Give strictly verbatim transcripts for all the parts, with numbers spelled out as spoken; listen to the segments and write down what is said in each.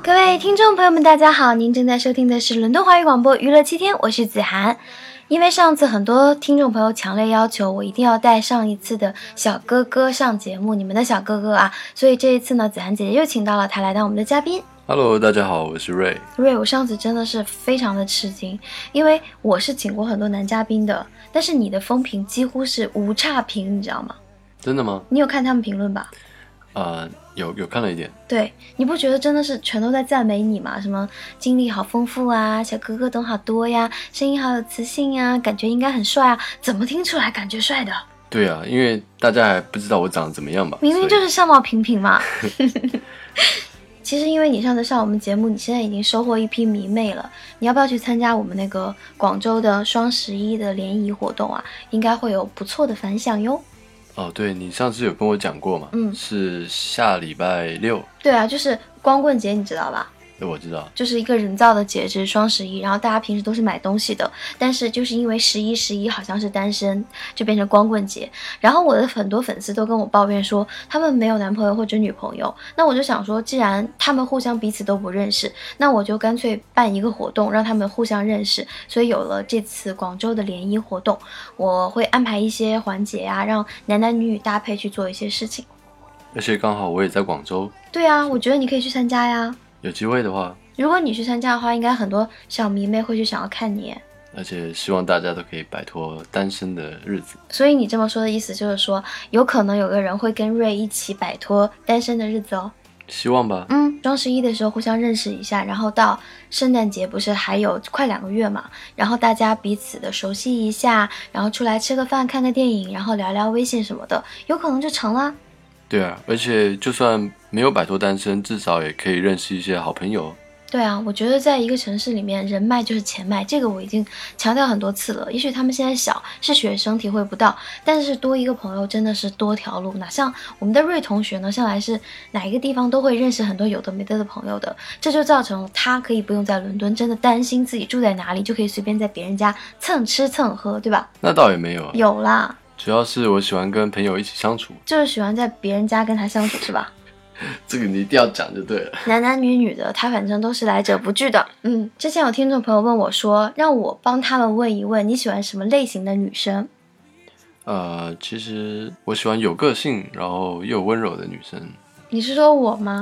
各位听众朋友们大家好，您正在收听的是伦敦华语广播娱乐七天，我是子涵。因为上次很多听众朋友强烈要求我一定要带上一次的小哥哥上节目，你们的小哥哥啊，所以这一次呢，子涵姐姐又请到了他来当我们的嘉宾。 Hello， 大家好，我是瑞。 瑞，我上次真的是非常的吃惊，因为我是请过很多男嘉宾的，但是你的风评几乎是无差评，你知道吗？ 真的吗？ 你有看他们评论吧？ 呃，有有看了一点。 对，你不觉得真的是全都在赞美你吗？什么经历好丰富啊，小哥哥懂好多呀，声音好有磁性呀，感觉应该很帅啊，怎么听出来感觉帅的？ 对啊，因为大家还不知道我长得怎么样吧， 明明就是相貌平平嘛。其实因为你上次上我们节目，你现在已经收获一批迷妹了，你要不要去参加我们那个广州的双十一的联谊活动啊？应该会有不错的反响哟。 哦，对，你上次有跟我讲过嘛？ 嗯， 是下礼拜六。 对啊，就是光棍节，你知道吧？ 对，我知道， 就是一个人造的节日，双十一，然后大家平时都是买东西的，但是就是因为十一十一好像是单身，就变成光棍节。然后我的很多粉丝都跟我抱怨说，他们没有男朋友或者女朋友。那我就想说，既然他们互相彼此都不认识，那我就干脆办一个活动，让他们互相认识。所以有了这次广州的联谊活动，我会安排一些环节啊，让男男女女搭配去做一些事情。 而且刚好我也在广州。 对啊，我觉得你可以去参加呀。 有机会的话， 如果你去参加的话，应该很多小迷妹会去想要看你。 而且希望大家都可以摆脱单身的日子。 所以你这么说的意思就是说，有可能有个人会跟瑞一起摆脱单身的日子哦。 希望吧。 嗯，双十一的时候互相认识一下，然后到圣诞节不是还有快两个月嘛，然后大家彼此的熟悉一下，然后出来吃个饭看个电影，然后聊聊微信什么的，有可能就成了。 对啊，而且就算没有摆脱单身，至少也可以认识一些好朋友。 对啊，我觉得在一个城市里面，人脉就是钱脉，这个我已经强调很多次了。也许他们现在小，是学生体会不到，但是多一个朋友真的是多条路。哪像我们的瑞同学呢，向来是哪一个地方都会认识很多有的没的的朋友的，这就造成他可以不用在伦敦真的担心自己住在哪里，就可以随便在别人家蹭吃蹭喝，对吧？ 那倒也没有， 有啦， 主要是我喜欢跟朋友一起相处， 就是喜欢在别人家跟他相处，是吧？ 这个你一定要讲就对了。 男男女女的，他反正都是来者不拒的。嗯，之前有听众朋友问我说，让我帮他们问一问你喜欢什么类型的女生。 呃，其实我喜欢有个性，然后又温柔的女生。 你是说我吗？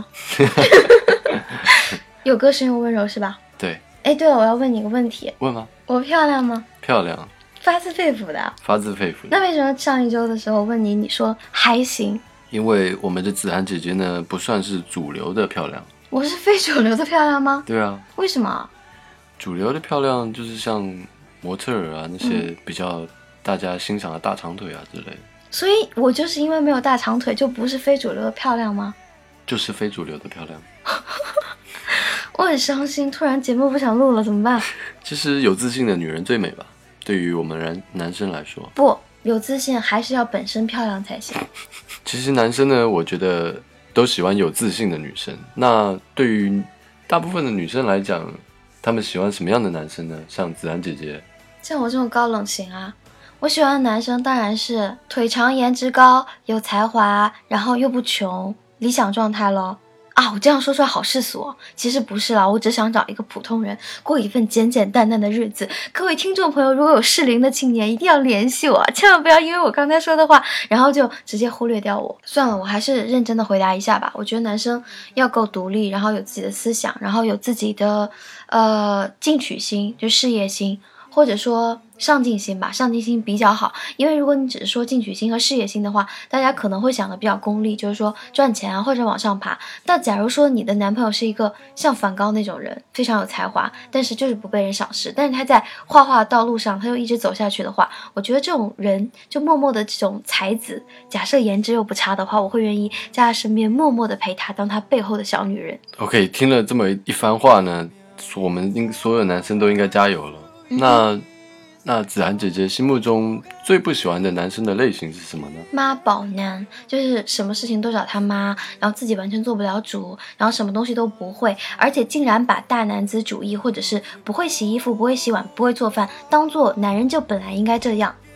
有个性又温柔是吧？ 对。 哎，对了，我要问你一个问题。 问吗？ 我漂亮吗？ 漂亮。 发自肺腑的。 发自肺腑的。 那为什么上一周的时候问你，你说还行？ 因为我们的子涵姐姐呢，不算是主流的漂亮。 我是非主流的漂亮吗？ 对啊。 为什么？ 主流的漂亮就是像模特儿啊，那些比较大家欣赏的大长腿啊之类的。 所以我就是因为没有大长腿，就不是非主流的漂亮吗？ 就是非主流的漂亮。 我很伤心，突然节目不想录了，怎么办？ 其实有自信的女人最美吧，对于我们男男生来说。 不，有自信还是要本身漂亮才行。 其实男生呢，我觉得都喜欢有自信的女生。那对于大部分的女生来讲，她们喜欢什么样的男生呢？像子涵姐姐， 像我这种高冷型啊，我喜欢的男生当然是腿长、颜值高、有才华，然后又不穷，理想状态咯。啊，我这样说出来好世俗哦，其实不是啦，我只想找一个普通人，过一份简简单单的日子。各位听众朋友，如果有适龄的青年，一定要联系我，千万不要因为我刚才说的话，然后就直接忽略掉我。算了，我还是认真的回答一下吧。我觉得男生要够独立，然后有自己的思想，然后有自己的呃进取心，就事业心。或者说上进心吧，上进心比较好，因为如果你只是说进取心和事业心的话，大家可能会想的比较功利，就是说赚钱啊或者往上爬。但假如说你的男朋友是一个像梵高那种人，非常有才华，但是就是不被人赏识，但是他在画画的道路上他又一直走下去的话，我觉得这种人就默默的这种才子，假设颜值又不差的话，我会愿意在他身边默默的陪他，当他背后的小女人。 OK， 听了这么一番话呢，我们应所有男生都应该加油了。那那子涵姐姐心目中最不喜欢的男生的类型是什么呢？ 妈宝男，就是什么事情都找他妈，然后自己完全做不了主，然后什么东西都不会，而且竟然把大男子主义或者是不会洗衣服、不会洗碗、不会做饭当做男人就本来应该这样。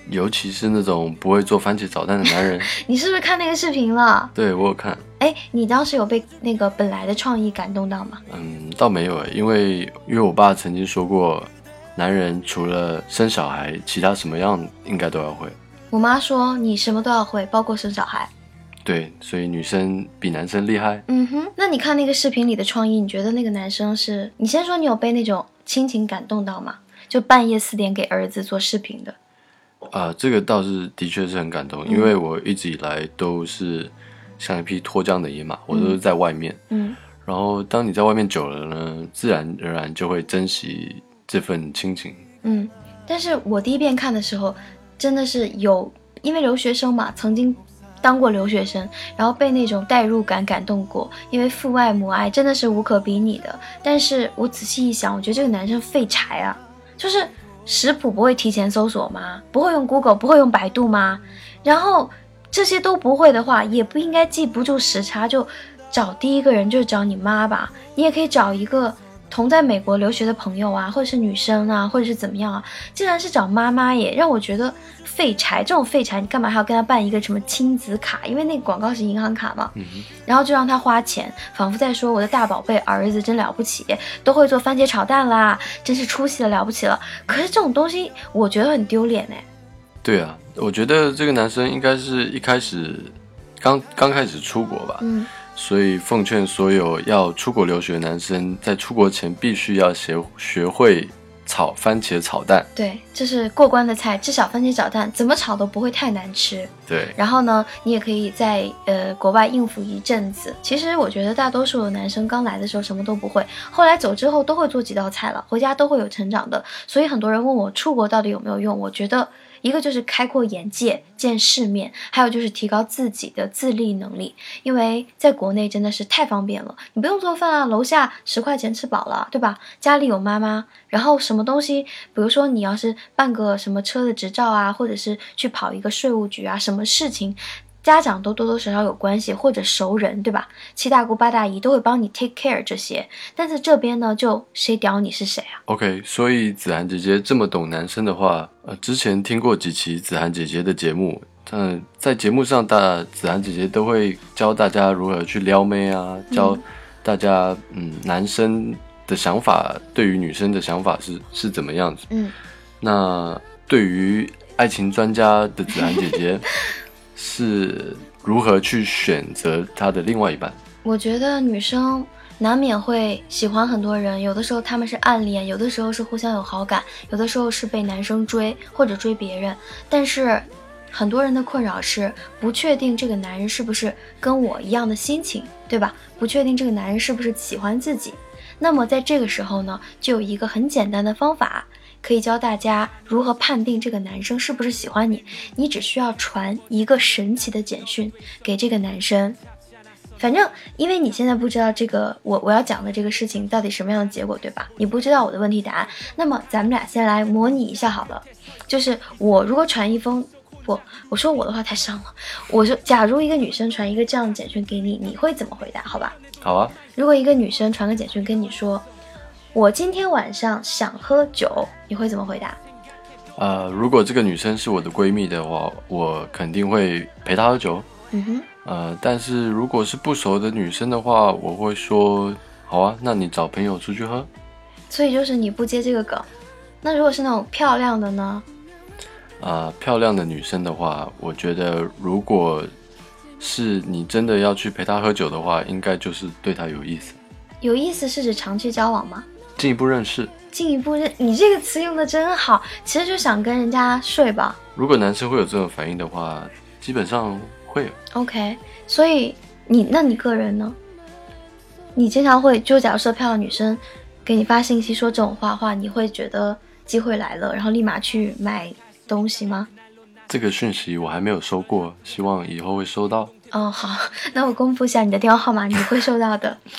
尤其是那种不会做番茄炒蛋的男人。 你是不是看那个视频了？ 对，我有看。 哎，你当时有被那个本来的创意感动到吗？ 嗯，倒没有诶，因为因为我爸曾经说过，男人除了生小孩，其他什么样应该都要会。 我妈说你什么都要会，包括生小孩。 对，所以女生比男生厉害。 嗯哼，那你看那个视频里的创意，你觉得那个男生是？你先说，你有被那种亲情感动到吗？就半夜四点给儿子做视频的。 啊、呃，这个倒是的确是很感动，因为我一直以来都是像一匹脱缰的野马，我都是在外面。 嗯。 然后当你在外面久了呢，自然而然就会珍惜这份亲情。 嗯，但是我第一遍看的时候，真的是有，因为留学生嘛，曾经当过留学生，然后被那种代入感感动过，因为父爱母爱真的是无可比拟的。但是我仔细一想，我觉得这个男生废柴啊，就是食谱不会提前搜索吗？不会用 Google， 不会用百度吗？然后这些都不会的话，也不应该记不住时差，就找第一个人就找你妈吧。你也可以找一个同在美国留学的朋友啊，或者是女生啊，或者是怎么样啊，竟然是找妈妈耶，让我觉得废柴。这种废柴你干嘛还要跟他办一个什么亲子卡？因为那个广告是银行卡嘛。 嗯， 然后就让他花钱，仿佛在说我的大宝贝儿子真了不起，都会做番茄炒蛋啦，真是出息了，了不起了。可是这种东西我觉得很丢脸哎。 对啊，我觉得这个男生应该是一开始刚刚开始出国吧。 嗯， 所以奉劝所有要出国留学的男生，在出国前必须要学学会炒番茄炒蛋。 对，这是过关的菜，至少番茄炒蛋怎么炒都不会太难吃。 对， 然后呢，你也可以在呃国外应付一阵子。其实我觉得大多数的男生刚来的时候什么都不会，后来走之后都会做几道菜了，回家都会有成长的。所以很多人问我出国到底有没有用，我觉得一个就是开阔眼界，见世面，还有就是提高自己的自立能力。因为在国内真的是太方便了，你不用做饭啊，楼下十块钱吃饱了，对吧？家里有妈妈，然后什么东西，比如说你要是办个什么车的执照啊，或者是去跑一个税务局啊，什么事情家长都多多少少有关系，或者熟人，对吧？七大姑八大姨都会帮你 take care 这些。但是这边呢，就谁屌你是谁啊 OK， 所以子涵姐姐这么懂男生的话，呃，之前听过几期子涵姐姐的节目，嗯，在节目上大子涵姐姐都会教大家如何去撩妹啊，教大家嗯男生的想法对于女生的想法是是怎么样子。 嗯， 那对于爱情专家的子涵姐姐是如何去选择她的另外一半？ 我觉得女生难免会喜欢很多人，有的时候他们是暗恋，有的时候是互相有好感，有的时候是被男生追或者追别人。但是很多人的困扰是不确定这个男人是不是跟我一样的心情，对吧？不确定这个男人是不是喜欢自己。那么在这个时候呢，就有一个很简单的方法，可以教大家如何判定这个男生是不是喜欢你。你只需要传一个神奇的简讯给这个男生。反正因为你现在不知道这个我我要讲的这个事情到底什么样的结果，对吧？你不知道我的问题答案，那么咱们俩先来模拟一下好了。就是我如果传一封，不，我说我的话太伤了。我说假如一个女生传一个这样的简讯给你，你会怎么回答？好吧？ 好啊。 如果一个女生传个简讯跟你说我今天晚上想喝酒，你会怎么回答？ 呃，如果这个女生是我的闺蜜的话，我肯定会陪她喝酒。 嗯哼。 呃，但是如果是不熟的女生的话，我会说好啊，那你找朋友出去喝。 所以就是你不接这个梗。那如果是那种漂亮的呢？ 啊、呃，漂亮的女生的话，我觉得如果是你真的要去陪她喝酒的话，应该就是对她有意思。 有意思是指长期交往吗？ 进一步认识。 进一步认，你这个词用的真好，其实就想跟人家睡吧。 如果男生会有这种反应的话，基本上会。 OK， 所以你，那你个人呢？你经常会，就假如说漂亮女生给你发信息说这种话话，你会觉得机会来了，然后立马去买东西吗？ 这个讯息我还没有收过，希望以后会收到。 哦，好，那我公布一下你的电话号码，你会收到的。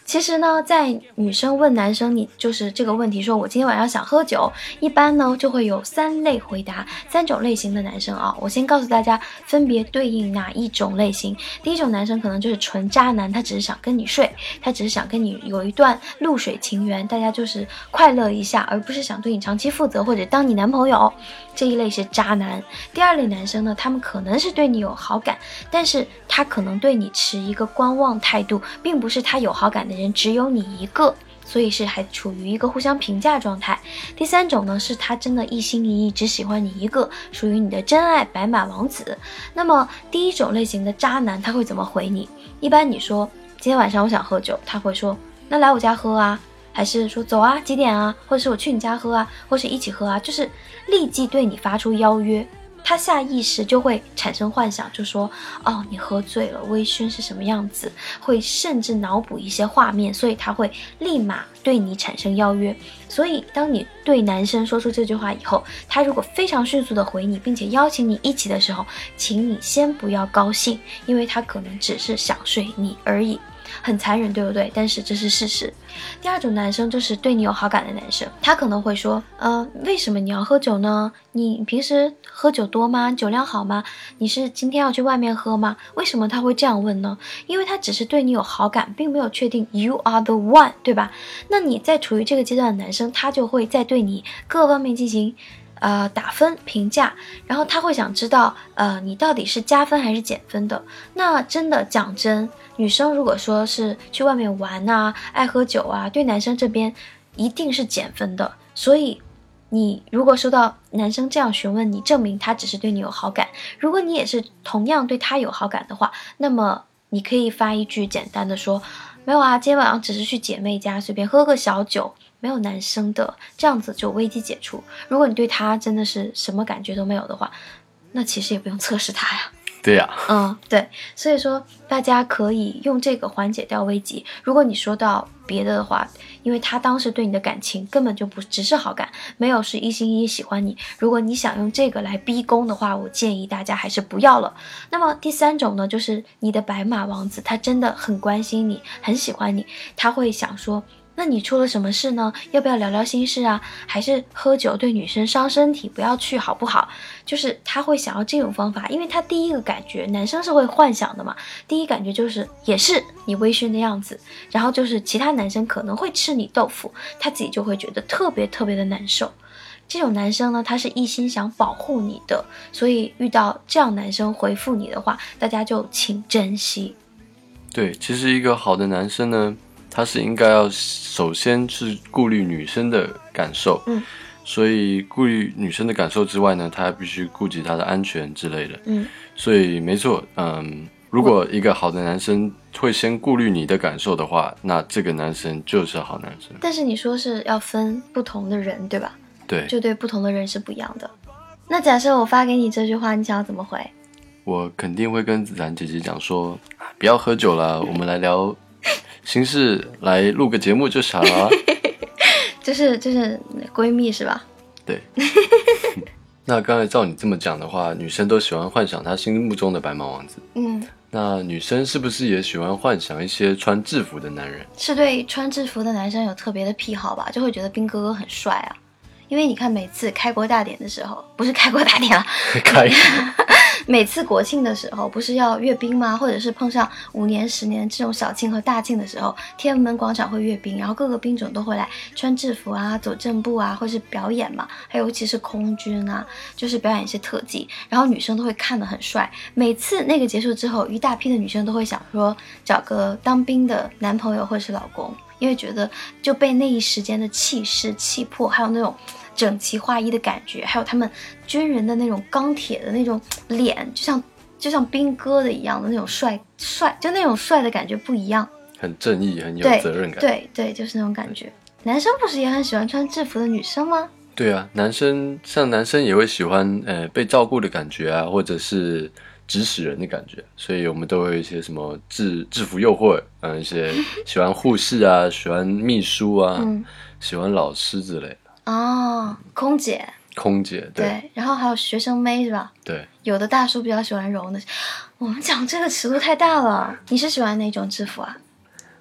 其实呢，在女生问男生你就是这个问题，说我今天晚上想喝酒，一般呢就会有三类回答，三种类型的男生啊。我先告诉大家分别对应哪一种类型。第一种男生可能就是纯渣男，他只是想跟你睡，他只是想跟你有一段露水情缘，大家就是快乐一下，而不是想对你长期负责或者当你男朋友。这一类是渣男。第二类男生呢，他们可能是对你有好感，但是他可能对你持一个观望态度，并不是他有好感的人只有你一个，所以是还处于一个互相评价状态。第三种呢，是他真的一心一意只喜欢你一个，属于你的真爱白马王子。那么第一种类型的渣男他会怎么回你？一般你说今天晚上我想喝酒，他会说那来我家喝啊，还是说走啊几点啊，或者是我去你家喝啊，或是一起喝啊，就是立即对你发出邀约。他下意识就会产生幻想，就说哦你喝醉了，微醺是什么样子，会甚至脑补一些画面，所以他会立马对你产生邀约。所以当你对男生说出这句话以后，他如果非常迅速的回你，并且邀请你一起的时候，请你先不要高兴，因为他可能只是想睡你而已。很残忍对不对？但是这是事实。第二种男生就是对你有好感的男生，他可能会说呃，为什么你要喝酒呢？你平时喝酒多吗？酒量好吗？你是今天要去外面喝吗？为什么他会这样问呢？因为他只是对你有好感，并没有确定 you are the one， 对吧？那你在处于这个阶段的男生，他就会在对你各方面进行呃，打分评价，然后他会想知道，呃，你到底是加分还是减分的。那真的讲真，女生如果说是去外面玩啊，爱喝酒啊，对男生这边一定是减分的。所以你如果收到男生这样询问你，证明他只是对你有好感。如果你也是同样对他有好感的话，那么你可以发一句简单的说，没有啊，今天晚上只是去姐妹家随便喝个小酒，没有男生的，这样子就危机解除。如果你对他真的是什么感觉都没有的话，那其实也不用测试他呀。 对呀、 啊，嗯，对，所以说大家可以用这个缓解掉危机。如果你说到别的的话，因为他当时对你的感情根本就不只是好感，没有是一心一意喜欢你。如果你想用这个来逼宫的话，我建议大家还是不要了。那么第三种呢，就是你的白马王子，他真的很关心你，很喜欢你，他会想说，那你出了什么事呢？要不要聊聊心事啊？还是喝酒对女生伤身体，不要去好不好？就是他会想要这种方法，因为他第一个感觉，男生是会幻想的嘛，第一感觉就是也是你微醺的样子，然后就是其他男生可能会吃你豆腐，他自己就会觉得特别特别的难受。这种男生呢，他是一心想保护你的，所以遇到这样男生回复你的话，大家就请珍惜。 对，其实一个好的男生呢，他是应该要首先是顾虑女生的感受， 嗯， 所以顾虑女生的感受之外呢，他还必须顾及她的安全之类的， 嗯， 所以没错，嗯，如果一个好的男生会先顾虑你的感受的话，那这个男生就是好男生。 但是你说是要分不同的人，对吧？ 对， 就对不同的人是不一样的。那假设我发给你这句话，你想要怎么回？ 我肯定会跟子涵姐姐讲说，不要喝酒了，我们来聊心事，来录个节目就好了。 就是就是闺蜜是吧？ 对。那刚才照你这么讲的话，女生都喜欢幻想她心目中的白马王子。 嗯， 那女生是不是也喜欢幻想一些穿制服的男人？ 是对穿制服的男生有特别的癖好吧？就会觉得兵哥哥很帅啊。因为你看每次开国大典的时候，不是开国大典了， 开每次国庆的时候不是要阅兵吗？或者是碰上五年十年这种小庆和大庆的时候，天安门广场会阅兵，然后各个兵种都会来穿制服啊，走正步啊，或是表演嘛，还有尤其是空军啊，就是表演一些特技，然后女生都会看得很帅。每次那个结束之后，一大批的女生都会想说找个当兵的男朋友或者是老公，因为觉得就被那一时间的气势气魄，还有那种整齐划一的感觉，还有他们军人的那种钢铁的那种脸，就像就像兵哥的一样的那种帅帅，就那种帅的感觉不一样， 很正义，很有责任感。 对对对，就是那种感觉。男生不是也很喜欢穿制服的女生吗？ 对啊，男生像男生也会喜欢呃被照顾的感觉啊，或者是指使人的感觉，所以我们都会有一些什么制制服诱惑，嗯、呃，一些喜欢护士啊，喜欢秘书啊，嗯、喜欢老师之类的。 哦，空姐， 空姐 对, 对，然后还有学生妹是吧？ 对， 有的大叔比较喜欢柔的。我们讲这个尺度太大了，你是喜欢哪种制服啊？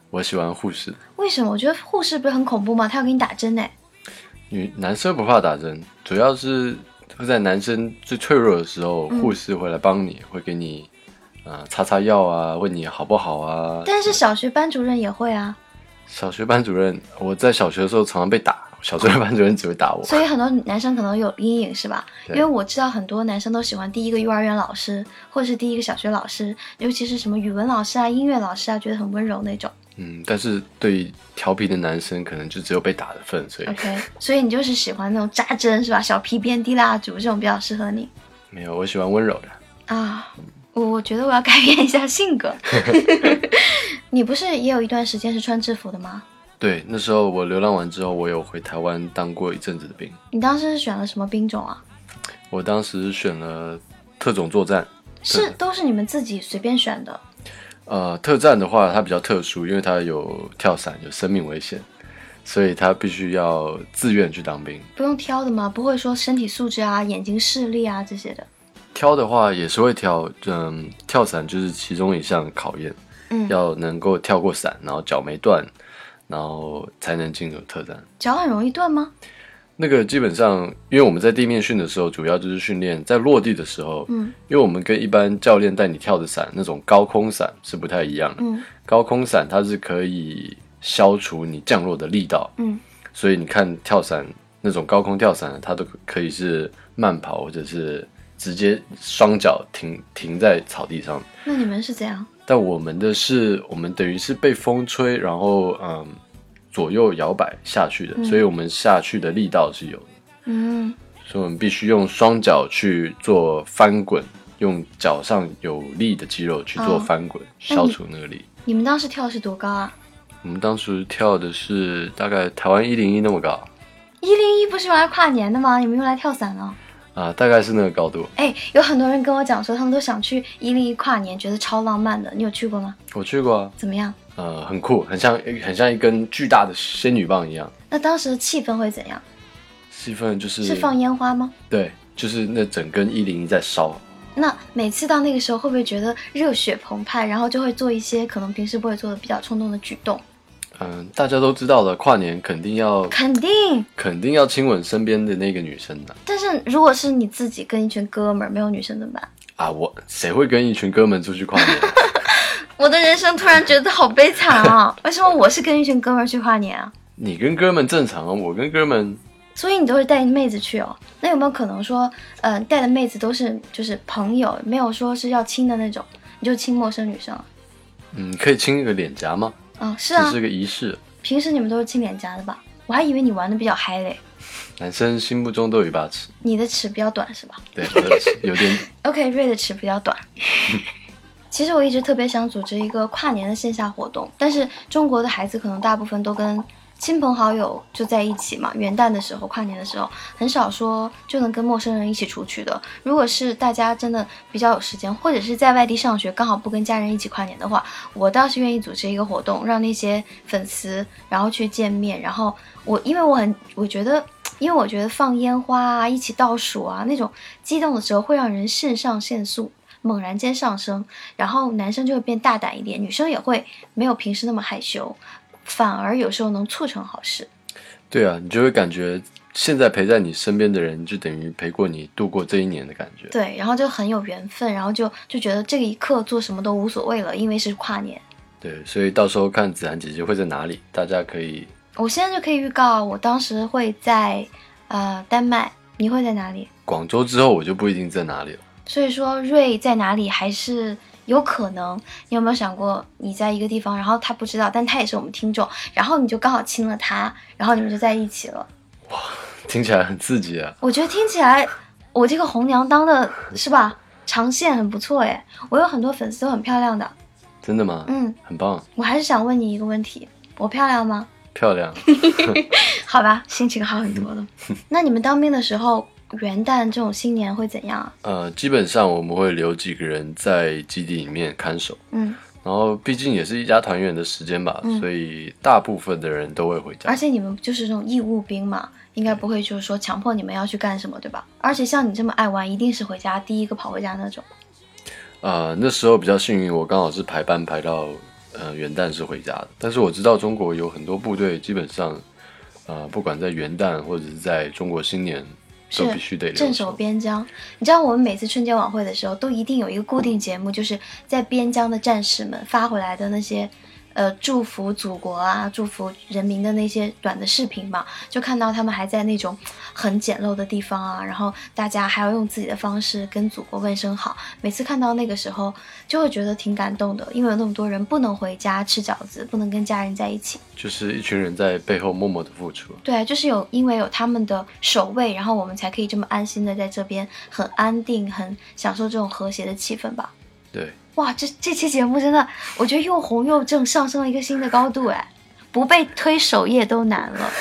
我喜欢护士。 为什么？我觉得护士不是很恐怖吗？他要给你打针哎。 女男生不怕打针，主要是会在男生最脆弱的时候， 嗯、 护士会来帮你，会给你呃擦擦药啊，问你好不好啊。 但是小学班主任也会啊。 小学班主任，我在小学的时候常常被打，小学班主任只会打我。 所以很多男生可能有阴影是吧？因为我知道很多男生都喜欢第一个幼儿园老师，或者是第一个小学老师，尤其是什么语文老师啊、音乐老师啊，觉得很温柔那种。 嗯，但是对调皮的男生可能就只有被打的份，所以 OK， 所以你就是喜欢那种扎针是吧？小皮鞭、滴蜡烛这种比较适合你。 没有，我喜欢温柔的啊。我觉得我要改变一下性格。你不是也有一段时间是穿制服的吗？ 对，那时候我流浪完之后，我有回台湾当过一阵子的兵。 你当时是选了什么兵种啊？ 我当时选了特种作战。 是都是你们自己随便选的？ 呃，特战的话，它比较特殊，因为它有跳伞，有生命危险，所以它必须要自愿去当兵。 不用挑的吗？不会说身体素质啊、眼睛视力啊这些的？ 挑的话也是会挑，嗯，跳伞就是其中一项考验，嗯，要能够跳过伞，然后脚没断，然后才能进入特战。 脚很容易断吗？ 那个基本上，因为我们在地面训的时候，主要就是训练在落地的时候，嗯，因为我们跟一般教练带你跳的伞那种高空伞是不太一样的，嗯，高空伞它是可以消除你降落的力道，嗯，所以你看跳伞那种高空跳伞，它都可以是慢跑或者是直接双脚停停在草地上。 那你们是怎样？ 但我们的是，我们等于是被风吹，然后嗯。左右摇摆下去的、嗯、所以我们下去的力道是有的，嗯，所以我们必须用双脚去做翻滚，用脚上有力的肌肉去做翻滚、哦、消除那个力。 你们当时跳的是多高啊？ 我们当时跳的是大概台湾一零一那么高。 一零一不是用来跨年的吗？你们用来跳伞了啊，大概是那个高度。 哎，有很多人跟我讲说他们都想去一零一跨年，觉得超浪漫的，你有去过吗？ 我去过啊。 怎么样？ 呃，很酷，很像很像一根巨大的仙女棒一样。 那当时的气氛会怎样？ 气氛就是是放烟花吗？ 对，就是那整根一零一在烧。 那每次到那个时候，会不会觉得热血澎湃，然后就会做一些可能平时不会做的比较冲动的举动？ 嗯，大家都知道的，跨年肯定要肯定肯定要亲吻身边的那个女生的。 但是如果是你自己跟一群哥们儿，没有女生怎么办？ 啊，我谁会跟一群哥们出去跨年？ 我的人生突然觉得好悲惨啊！为什么我是跟一群哥们儿去跨年啊？ 你跟哥们正常啊，我跟哥们…… 所以你都是带妹子去哦？那有没有可能说，呃，带的妹子都是就是朋友，没有说是要亲的那种，你就亲陌生女生？ 嗯，可以亲一个脸颊吗？ 啊、哦，是啊， 只是个仪式。 平时你们都是亲脸颊的吧？我还以为你玩的比较嗨嘞。 男生心目中都有一把尺。 你的尺比较短是吧？ 对，我的尺有点。 OK， 瑞的尺比较短。其实我一直特别想组织一个跨年的线下活动，但是中国的孩子可能大部分都跟亲朋好友就在一起嘛，元旦的时候、跨年的时候，很少说就能跟陌生人一起出去的。如果是大家真的比较有时间，或者是在外地上学，刚好不跟家人一起跨年的话，我倒是愿意组织一个活动，让那些粉丝然后去见面。然后我因为我很我觉得。因为我觉得放烟花啊，一起倒数啊，那种激动的时候会让人肾上腺素猛然间上升，然后男生就会变大胆一点，女生也会没有平时那么害羞，反而有时候能促成好事。 对啊，你就会感觉现在陪在你身边的人就等于陪过你度过这一年的感觉。 对，然后就很有缘分，然后就就觉得这个一刻做什么都无所谓了，因为是跨年。 对，所以到时候看子涵姐姐会在哪里，大家可以。 我现在就可以预告，我当时会在呃丹麦，你会在哪里？ 广州之后我就不一定在哪里了。 所以说瑞在哪里还是有可能。你有没有想过你在一个地方，然后他不知道，但他也是我们听众，然后你就刚好亲了他，然后你们就在一起了。 哇，听起来很刺激啊！ 我觉得听起来我这个红娘当的是吧，长线很不错耶。我有很多粉丝都很漂亮的。 真的吗？ 嗯， 很棒。 我还是想问你一个问题，我漂亮吗？ 漂亮。 好吧，心情好很多了。那你们当兵的时候，元旦这种新年会怎样啊？ 呃，基本上我们会留几个人在基地里面看守。嗯，然后毕竟也是一家团圆的时间吧，嗯、所以大部分的人都会回家。 而且你们就是这种义务兵嘛，应该不会就是说强迫你们要去干什么，对吧？而且像你这么爱玩，一定是回家第一个跑回家那种。 呃，那时候比较幸运，我刚好是排班排到呃元旦是回家的。但是我知道中国有很多部队基本上，呃，不管在元旦或者是在中国新年，都必须得留守镇守边疆。你知道我们每次春节晚会的时候，都一定有一个固定节目，就是在边疆的战士们发回来的那些。呃，祝福祖国啊，祝福人民的那些短的视频嘛，就看到他们还在那种很简陋的地方啊，然后大家还要用自己的方式跟祖国问声好。每次看到那个时候，就会觉得挺感动的，因为有那么多人不能回家吃饺子，不能跟家人在一起， 就是一群人在背后默默的付出。 对，就是有因为有他们的守卫，然后我们才可以这么安心的在这边很安定，很享受这种和谐的气氛吧。 对。 哇，这这期节目真的，我觉得又红又正，上升了一个新的高度哎，不被推首页都难了。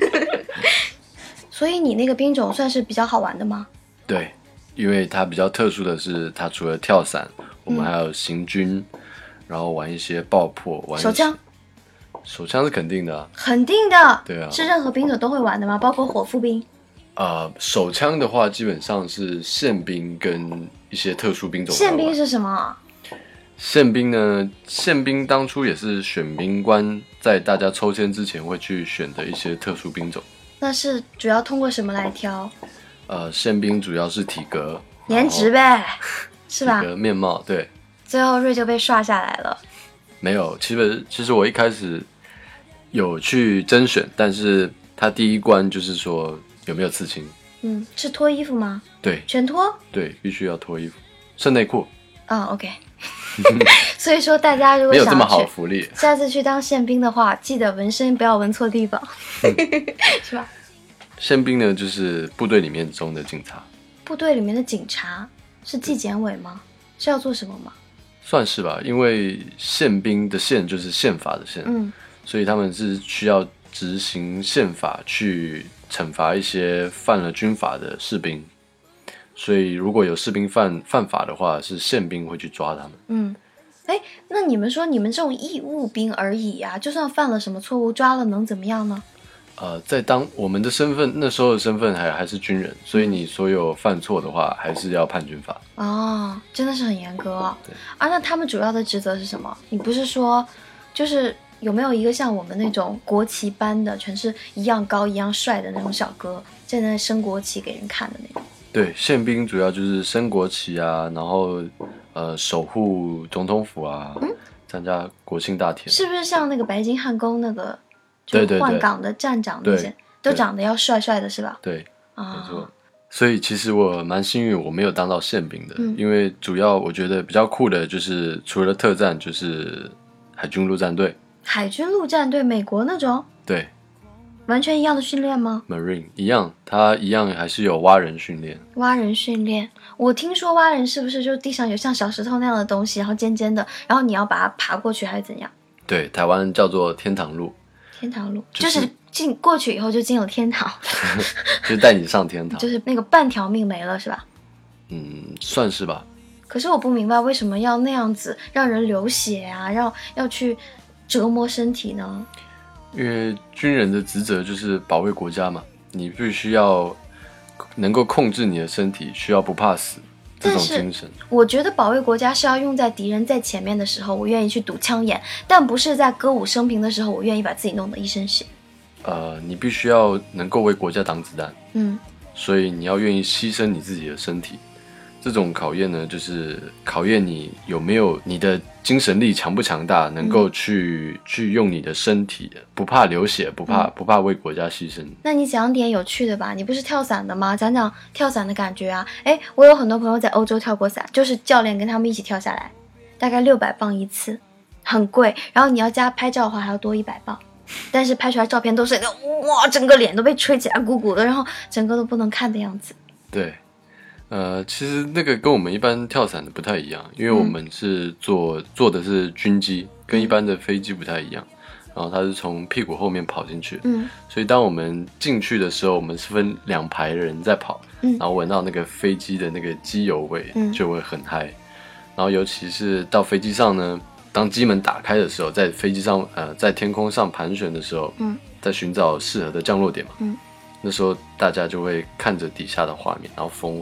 所以你那个兵种算是比较好玩的吗？ 对，因为它比较特殊的是，它除了跳伞，我们还有行军，嗯、然后玩一些爆破，玩手枪。 手枪是肯定的、啊， 肯定的。 对啊， 是任何兵种都会玩的吗？包括伙夫兵？ 呃，手枪的话，基本上是宪兵跟一些特殊兵种。 宪兵是什么？ 宪兵呢？宪兵当初也是选兵官在大家抽签之前会去选的一些特殊兵种。 那是主要通过什么来挑？ 呃，宪兵主要是体格、 颜值呗，是吧？ 体格、面貌，对。 最后瑞就被刷下来了。 没有，其实其实我一开始有去甄选，但是他第一关就是说有没有刺青。 嗯，是脱衣服吗？ 对， 全脱。 对，必须要脱衣服，剩内裤。 啊、哦、，OK。所以说，大家如果想没有这么好福利， 下次去当宪兵的话，记得纹身不要纹错地方，是吧？ 宪兵呢，就是部队里面中的警察。 部队里面的警察是纪检委吗？是要做什么吗？ 算是吧，因为宪兵的宪就是宪法的宪， 嗯， 所以他们是需要执行宪法去惩罚一些犯了军法的士兵。所以如果有士兵犯犯法的话，是宪兵会去抓他们。 嗯，哎，那你们说你们这种义务兵而已啊，就算犯了什么错误，抓了能怎么样呢？ 呃，在当我们的身份那时候的身份还还是军人，所以你所有犯错的话，还是要判军法。 哦，真的是很严格哦。 对啊，那他们主要的职责是什么？你不是说，就是有没有一个像我们那种国旗班的，全是一样高一样帅的那种小哥，在那升国旗给人看的那种？ 对，宪兵主要就是升国旗啊，然后呃守护总统府啊，嗯、参加国庆大典。 是不是像那个白金汉宫那个，就是换岗的站长那些，都长得要帅帅的是吧？ 对， 啊、 没错。所以其实我蛮幸运，我没有当到宪兵的， 嗯、 因为主要我觉得比较酷的就是除了特战，就是海军陆战队。 海军陆战队，美国那种？ 对。 完全一样的训练吗 ？Marine 一样，它一样还是有蛙人训练。 蛙人训练，我听说蛙人是不是就地上有像小石头那样的东西，然后尖尖的，然后你要把它爬过去还是怎样？ 对，台湾叫做天堂路。 天堂路、 就是、 就是进过去以后就进了天堂， 就带你上天堂， 就是那个半条命没了是吧？ 嗯，算是吧。 可是我不明白为什么要那样子让人流血啊，要要去折磨身体呢？ 因为军人的职责就是保卫国家嘛，你必须要能够控制你的身体，需要不怕死这种精神。 我觉得保卫国家是要用在敌人在前面的时候，我愿意去堵枪眼，但不是在歌舞升平的时候，我愿意把自己弄得一身血。 呃，你必须要能够为国家挡子弹， 嗯， 所以你要愿意牺牲你自己的身体。这种考验呢，就是考验你有没有你的精神力强不强大，能够去、嗯、去用你的身体，不怕流血，不怕、嗯、不怕为国家牺牲。 那你讲点有趣的吧，你不是跳伞的吗？讲讲跳伞的感觉啊。诶，我有很多朋友在欧洲跳过伞，就是教练跟他们一起跳下来，大概六百磅一次，很贵，然后你要加拍照的话还要多一百磅，但是拍出来照片都是哇，整个脸都被吹起来鼓鼓的，然后整个都不能看的样子。 对，呃，其实那个跟我们一般跳伞的不太一样，因为我们是坐、嗯、坐的是军机，跟一般的飞机不太一样。然后它是从屁股后面跑进去，嗯，所以当我们进去的时候，我们是分两排人在跑，嗯，然后闻到那个飞机的那个机油味，嗯，就会很嗨。然后尤其是到飞机上呢，当机门打开的时候，在飞机上呃在天空上盘旋的时候，嗯，在寻找适合的降落点嘛，嗯，那时候大家就会看着底下的画面，然后风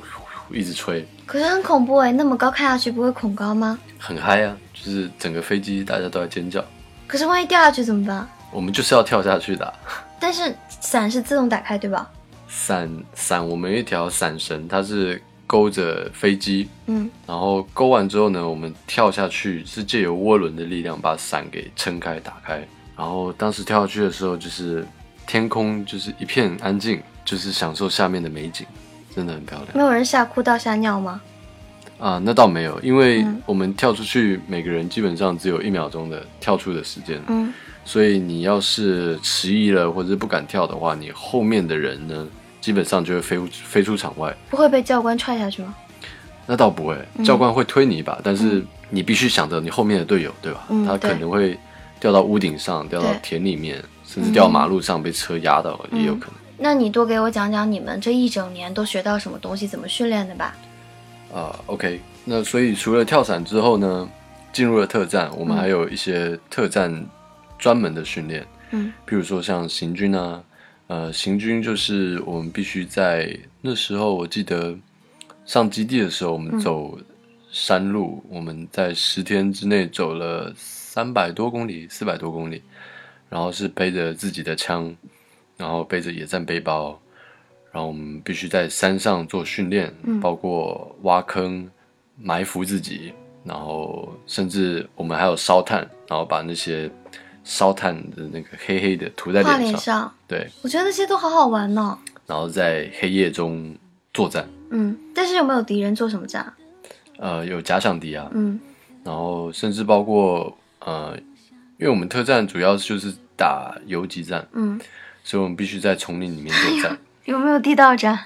一直吹， 可是很恐怖哎，那么高看下去不会恐高吗？ 很嗨啊，就是整个飞机大家都在尖叫。 可是万一掉下去怎么办？ 我们就是要跳下去的啊。 但是伞是自动打开对吧？ 伞伞我们有一条伞绳，它是勾着飞机， 嗯， 然后勾完之后呢，我们跳下去是借由涡轮的力量把伞给撑开打开。然后当时跳下去的时候，就是天空就是一片安静，就是享受下面的美景，真的很漂亮。 没有人吓哭到吓尿吗？ 啊，那倒没有，因为嗯我们跳出去，每个人基本上只有一秒钟的跳出的时间， 嗯， 所以你要是迟疑了或者不敢跳的话，你后面的人呢，基本上就会飞飞出场外。 不会被教官踹下去吗？ 那倒不会，教官会推你一把，嗯、但是你必须想着你后面的队友，对吧？ 嗯、 他可能会掉到屋顶上，掉到田里面，甚至掉马路上被车压到， 嗯、 也有可能。 那你多给我讲讲你们这一整年都学到什么东西，怎么训练的吧？ 啊、呃、，OK， 那所以除了跳伞之后呢，进入了特战，我们还有一些特战专门的训练， 嗯， 譬如说像行军啊，呃，行军就是我们必须在那时候，我记得上基地的时候，我们走山路，嗯、我们在十天之内走了三百多公里、四百多公里，然后是背着自己的枪，然后背着野战背包。然后我们必须在山上做训练， 嗯、 包括挖坑、埋伏自己，然后甚至我们还有烧炭，然后把那些烧炭的那个黑黑的涂在脸上。 脸上， 对， 我觉得那些都好好玩呢。 然后在黑夜中作战。 嗯，但是有没有敌人做什么战？ 呃，有假想敌啊。 嗯， 然后甚至包括呃，因为我们特战主要就是打游击战， 嗯， 所以我们必须在丛林里面作战。 有没有地道战？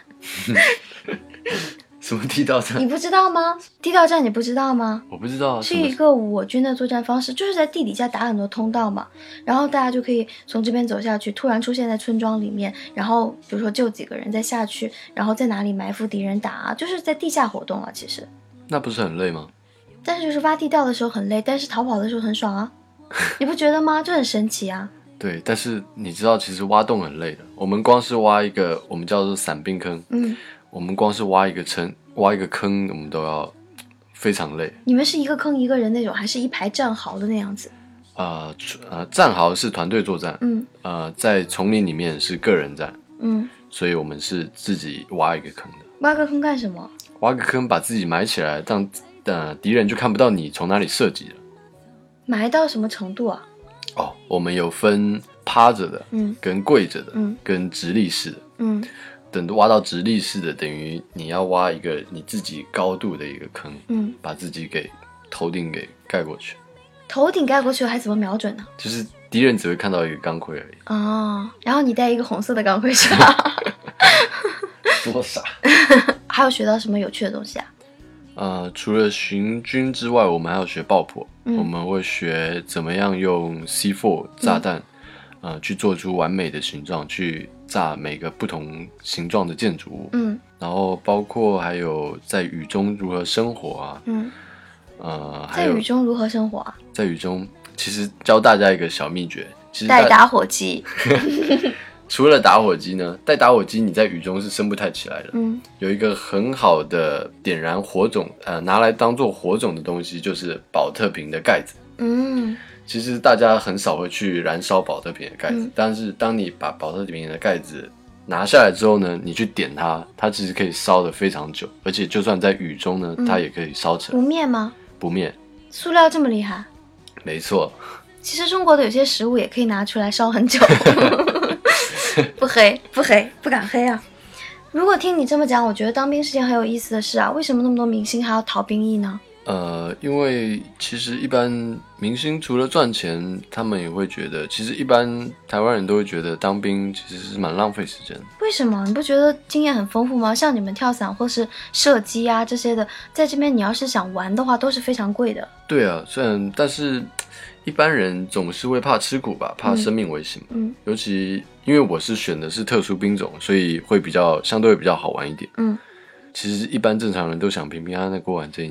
什么地道战？ 你不知道吗？地道战你不知道吗？ 我不知道啊， 是一个我军的作战方式，就是在地底下打很多通道嘛，然后大家就可以从这边走下去，突然出现在村庄里面，然后比如说救几个人再下去，然后在哪里埋伏敌人打啊，就是在地下活动啊。其实那不是很累吗？ 但是就是挖地道的时候很累，但是逃跑的时候很爽啊，你不觉得吗？就很神奇啊。 对，但是你知道，其实挖洞很累的。我们光是挖一个，我们叫做伞兵坑， 嗯， 我们光是挖一个坑，挖一个坑，我们都要非常累。 你们是一个坑一个人那种，还是一排战壕的那样子？ 呃呃，战壕是团队作战， 嗯， 呃，在丛林里面是个人战， 嗯， 所以我们是自己挖一个坑的。 挖个坑干什么？ 挖个坑把自己埋起来，让呃敌人就看不到你从哪里射击了。 埋到什么程度啊？ 哦，我们有分趴着的， 嗯， 跟跪着的， 嗯， 跟直立式的， 嗯， 等挖到直立式的，等于你要挖一个你自己高度的一个坑， 嗯， 把自己给头顶给盖过去。 头顶盖过去还怎么瞄准呢？ 就是敌人只会看到一个钢盔而已。 哦，然后你带一个红色的钢盔是吧？ 多傻！ 还有学到什么有趣的东西啊？ 呃，除了行军之外，我们还要学爆破。 嗯、 我们会学怎么样用 C 四 炸弹，嗯、呃，去做出完美的形状，去炸每个不同形状的建筑物。 嗯， 然后包括还有在雨中如何生活啊。 嗯， 呃，还有在雨中如何生活啊？ 在雨中，其实教大家一个小秘诀，其实带打火机。 除了打火机呢，带打火机你在雨中是升不太起来的。 嗯， 有一个很好的点燃火种，呃，拿来当做火种的东西就是保特瓶的盖子。 嗯， 其实大家很少会去燃烧保特瓶的盖子， 嗯、 但是当你把保特瓶的盖子拿下来之后呢，你去点它，它其实可以烧得非常久，而且就算在雨中呢， 嗯、 它也可以烧起来。 不灭吗？ 不灭。 塑料这么厉害？ 没错。 其实中国的有些食物也可以拿出来烧很久。不黑不黑不敢黑啊！如果听你这么讲，我觉得当兵是件很有意思的事啊。为什么那么多明星还要逃兵役呢？ 呃，因为其实一般明星除了赚钱，他们也会觉得，其实一般台湾人都会觉得当兵其实是蛮浪费时间的。 为什么？你不觉得经验很丰富吗？像你们跳伞或是射击啊这些的，在这边你要是想玩的话，都是非常贵的。 对啊，虽然但是一般人总是会怕吃苦吧，怕生命危险嘛。 嗯， 尤其因为我是选的是特殊兵种，所以会比较相对会比较好玩一点。 嗯， 其实一般正常人都想平平安安的过完这一年。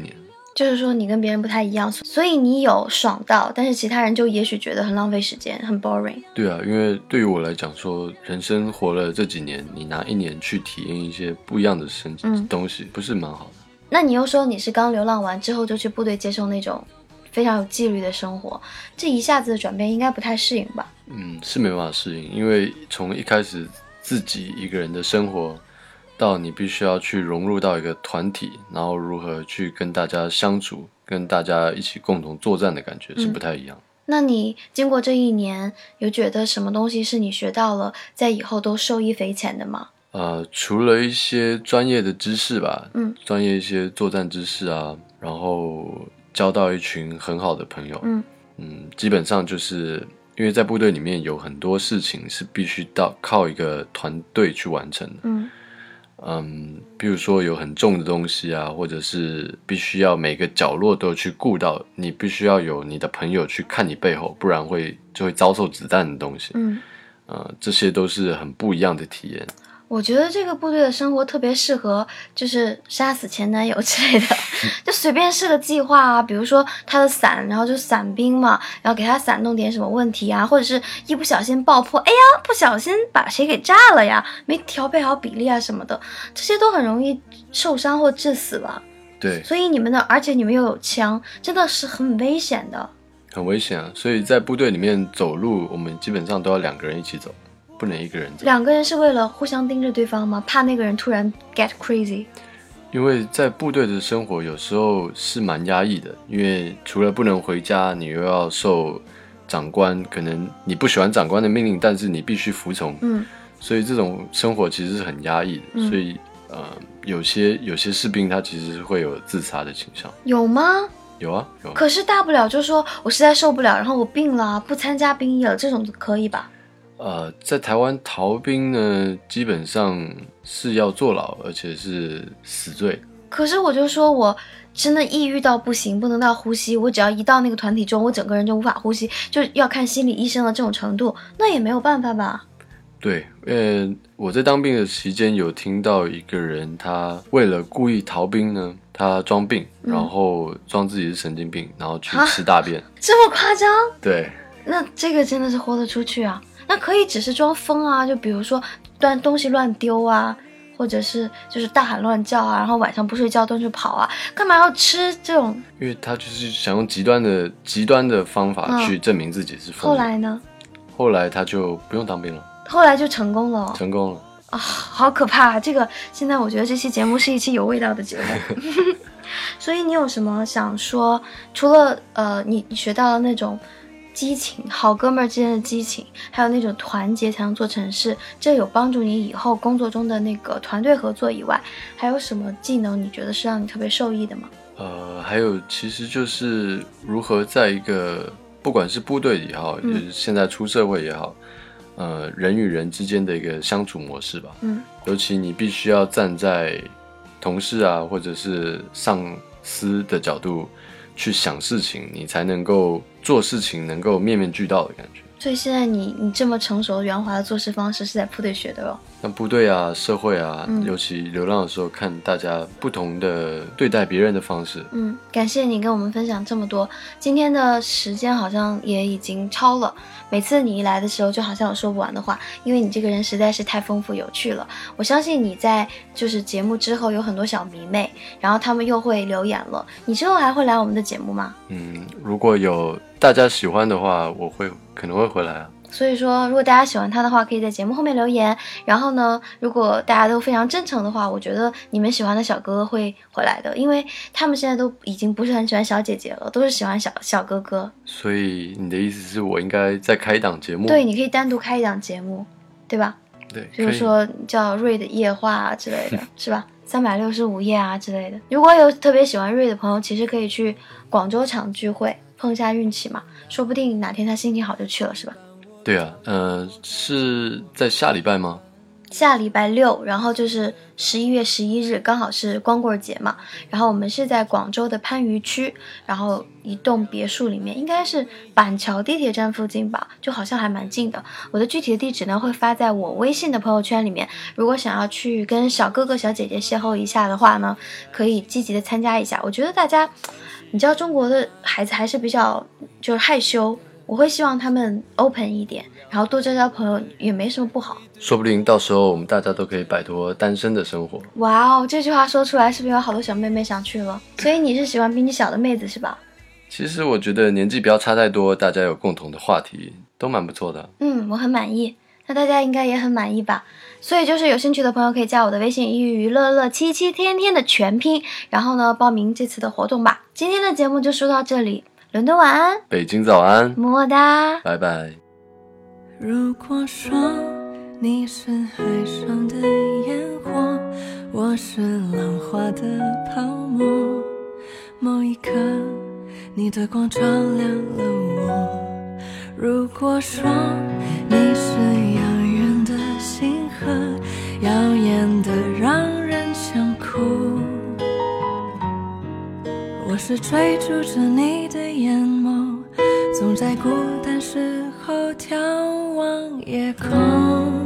就是说你跟别人不太一样，所以你有爽到，但是其他人就也许觉得很浪费时间，很 boring。 对啊，因为对于我来讲说，人生活了这几年，你拿一年去体验一些不一样的生、嗯、东西，不是蛮好的。 那你又说你是刚流浪完之后就去部队接受那种非常有纪律的生活，这一下子的转变应该不太适应吧？ 嗯，是没办法适应，因为从一开始自己一个人的生活，到你必须要去融入到一个团体，然后如何去跟大家相处，跟大家一起共同作战的感觉是不太一样、嗯、 那你经过这一年有觉得什么东西是你学到了在以后都受益匪浅的吗？ 呃，除了一些专业的知识吧， 嗯， 专业一些作战知识啊，然后交到一群很好的朋友， 嗯嗯，基本上就是因为在部队里面有很多事情是必须到靠一个团队去完成的， 嗯嗯，比如说有很重的东西啊，或者是必须要每个角落都去顾到，你必须要有你的朋友去看你背后，不然会就会遭受子弹的东西， 嗯， 呃，这些都是很不一样的体验。 我觉得这个部队的生活特别适合就是杀死前男友之类的就随便是个计划啊，比如说他的伞，然后就伞兵嘛，然后给他伞弄点什么问题啊，或者是一不小心爆破，哎呀不小心把谁给炸了呀，没调配好比例啊什么的，这些都很容易受伤或致死吧。 对， 所以你们的，而且你们又有枪，真的是很危险的。 很危险啊，所以在部队里面走路我们基本上都要两个人一起走，不能一个人走。 两个人是为了互相盯着对方吗？怕那个人突然 get crazy？ 因为在部队的生活有时候是蛮压抑的，因为除了不能回家，你又要受长官，可能你不喜欢长官的命令，但是你必须服从， 嗯， 所以这种生活其实是很压抑的， 嗯、 所以呃，有些有些士兵他其实会有自杀的倾向。 有吗？ 有啊，有啊。 可是大不了就说我实在受不了，然后我病了，不参加兵役了，这种可以吧？ 呃，在台湾逃兵呢，基本上是要坐牢，而且是死罪。 可是我就说我真的抑郁到不行，不能到呼吸，我只要一到那个团体中，我整个人就无法呼吸，就要看心理医生的这种程度，那也没有办法吧？ 对，呃，我在当兵的期间有听到一个人，他为了故意逃兵呢，他装病， 嗯、 然后装自己是神经病，然后去吃大便。 这么夸张？ 对， 那这个真的是豁得出去啊。那可以只是装疯啊，就比如说端东西乱丢啊，或者是就是大喊乱叫啊，然后晚上不睡觉蹲着跑啊，干嘛要吃这种？因为他就是想用极端的极端的方法去证明自己是疯、嗯。 后来呢？ 后来他就不用当兵了。 后来就成功了、哦。 成功了啊、哦，好可怕、啊！这个现在我觉得这期节目是一期有味道的节目。所以你有什么想说？除了呃，你你学到了那种激情，好哥们儿之间的激情，还有那种团结才能做成事，这有帮助你以后工作中的那个团队合作以外，还有什么技能你觉得是让你特别受益的吗？ 呃，还有其实就是如何在一个不管是部队也好，嗯、就是现在出社会也好，呃，人与人之间的一个相处模式吧。 嗯， 尤其你必须要站在同事啊，或者是上司的角度去想事情，你才能够做事情能够面面俱到的感觉。 所以现在你你这么成熟圆滑的做事方式是在部队学的哦。 像部队啊，社会啊、 嗯、 尤其流浪的时候，看大家不同的对待别人的方式。 嗯，感谢你跟我们分享这么多。今天的时间好像也已经超了，每次你一来的时候就好像有说不完的话，因为你这个人实在是太丰富有趣了。我相信你在就是节目之后有很多小迷妹，然后他们又会留言了。你之后还会来我们的节目吗？ 嗯，如果有大家喜欢的话，我会可能会回来啊。 所以说如果大家喜欢他的话，可以在节目后面留言，然后呢如果大家都非常真诚的话，我觉得你们喜欢的小哥哥会回来的，因为他们现在都已经不是很喜欢小姐姐了，都是喜欢小小哥哥。 所以你的意思是我应该再开一档节目？ 对，你可以单独开一档节目，对吧？ 对， 比如说叫瑞的夜话啊之类的是吧？三百六十五夜啊之类的。如果有特别喜欢瑞的朋友，其实可以去广州场聚会碰一下运气嘛，说不定哪天他心情好就去了，是吧？ 对啊，呃，是在下礼拜吗？ 下礼拜六，然后就是十一月十一日，刚好是光棍节嘛。然后我们是在广州的番禺区，然后一栋别墅里面，应该是板桥地铁站附近吧，就好像还蛮近的。我的具体的地址呢会发在我微信的朋友圈里面，如果想要去跟小哥哥小姐姐邂逅一下的话呢，可以积极的参加一下。我觉得大家，你知道中国的孩子还是比较就是害羞，我会希望他们 open 一点，然后多交交朋友也没什么不好。 说不定到时候我们大家都可以摆脱单身的生活。 哇哦，这句话说出来是不是有好多小妹妹想去了？所以你是喜欢比你小的妹子是吧？ 其实我觉得年纪不要差太多，大家有共同的话题都蛮不错的。 嗯，我很满意，那大家应该也很满意吧？所以就是有兴趣的朋友可以加我的微信一娱乐乐七七天天的全拼，然后呢报名这次的活动吧。今天的节目就说到这里，伦敦晚安， 北京早安， 么么哒， 拜拜。 如果说你是海上的烟火，我是浪花的泡沫，某一刻你的光照亮了我。如果说你是遥远的星河，耀眼的让人想哭，我是追逐着你的眼眸，总在孤单时候眺望夜空。